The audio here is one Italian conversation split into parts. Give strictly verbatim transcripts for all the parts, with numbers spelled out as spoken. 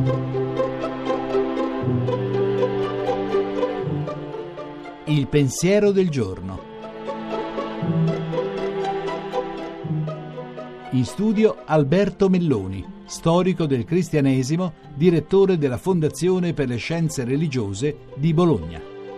Il pensiero del giorno. In studio Alberto Melloni, storico del cristianesimo, direttore della Fondazione per le Scienze Religiose di Bologna.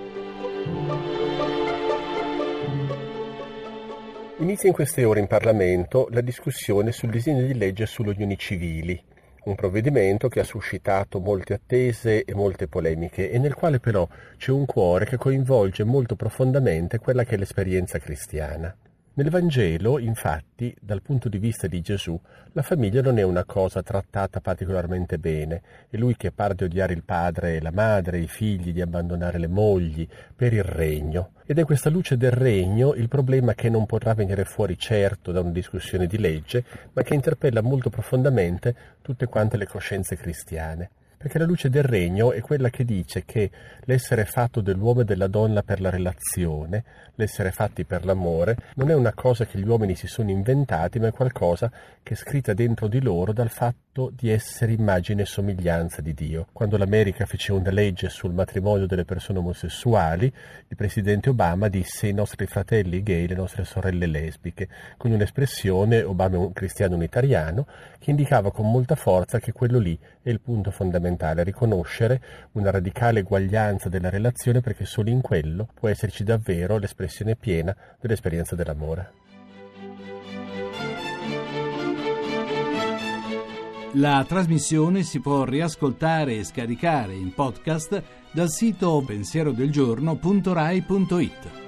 Inizia in queste ore in Parlamento la discussione sul disegno di legge sulle unioni civili, un provvedimento che ha suscitato molte attese e molte polemiche e nel quale però c'è un cuore che coinvolge molto profondamente quella che è l'esperienza cristiana. Nel Vangelo, infatti, dal punto di vista di Gesù, la famiglia non è una cosa trattata particolarmente bene. È lui che parla di odiare il padre e la madre, i figli, di abbandonare le mogli, per il regno. Ed è questa luce del regno il problema che non potrà venire fuori certo da una discussione di legge, ma che interpella molto profondamente tutte quante le coscienze cristiane. Perché la luce del regno è quella che dice che l'essere fatto dell'uomo e della donna per la relazione, l'essere fatti per l'amore, non è una cosa che gli uomini si sono inventati, ma è qualcosa che è scritta dentro di loro dal fatto di essere immagine e somiglianza di Dio. Quando l'America fece una legge sul matrimonio delle persone omosessuali, il presidente Obama disse i nostri fratelli gay, le nostre sorelle lesbiche, con un'espressione, Obama è un cristiano unitariano, che indicava con molta forza che quello lì è il punto fondamentale, riconoscere una radicale eguaglianza della relazione, perché solo in quello può esserci davvero l'espressione piena dell'esperienza dell'amore. La trasmissione si può riascoltare e scaricare in podcast dal sito pensierodelgiorno punto rai punto it.